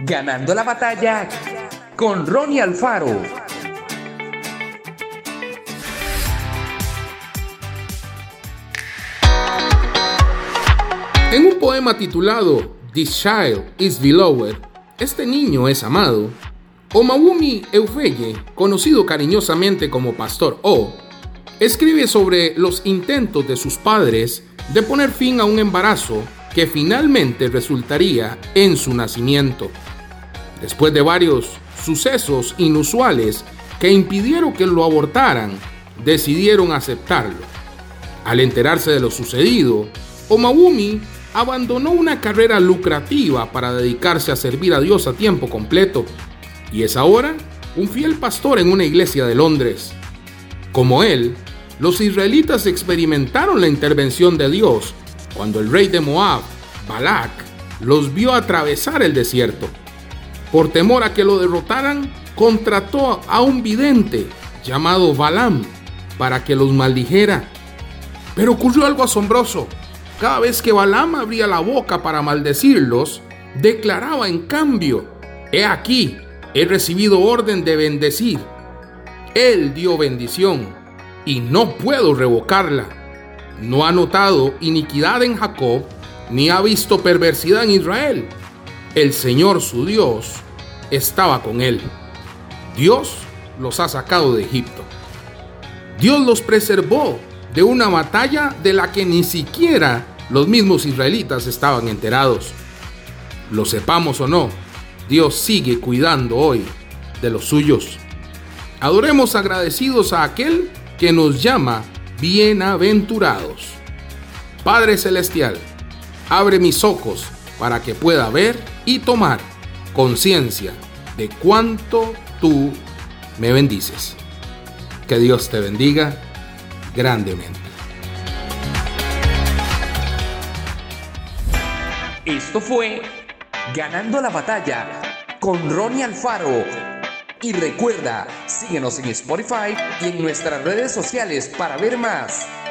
Ganando la batalla con Ronnie Alfaro. En un poema titulado This Child is Beloved, este niño es amado, Omawumi Eufeye, conocido cariñosamente como Pastor O, escribe sobre los intentos de sus padres de poner fin a un embarazo que finalmente resultaría en su nacimiento. Después de varios sucesos inusuales que impidieron que lo abortaran, decidieron aceptarlo. Al enterarse de lo sucedido, Omawumi abandonó una carrera lucrativa para dedicarse a servir a Dios a tiempo completo y es ahora un fiel pastor en una iglesia de Londres. Como él, los israelitas experimentaron la intervención de Dios cuando el rey de Moab, Balak, los vio atravesar el desierto. Por temor a que lo derrotaran, contrató a un vidente llamado Balaam para que los maldijera. Pero ocurrió algo asombroso. Cada vez que Balaam abría la boca para maldecirlos, declaraba en cambio: «He aquí, he recibido orden de bendecir». Él dio bendición y no puedo revocarla. No ha notado iniquidad en Jacob, ni ha visto perversidad en Israel. El Señor su Dios estaba con él. Dios los ha sacado de Egipto. Dios los preservó de una batalla de la que ni siquiera los mismos israelitas estaban enterados. Lo sepamos o no, Dios sigue cuidando hoy de los suyos. Adoremos agradecidos a aquel que nos llama bienaventurados. Padre Celestial, abre mis ojos para que pueda ver y tomar conciencia de cuánto tú me bendices. Que Dios te bendiga grandemente. Esto fue Ganando la batalla con Ronnie Alfaro. Y recuerda, síguenos en Spotify y en nuestras redes sociales para ver más.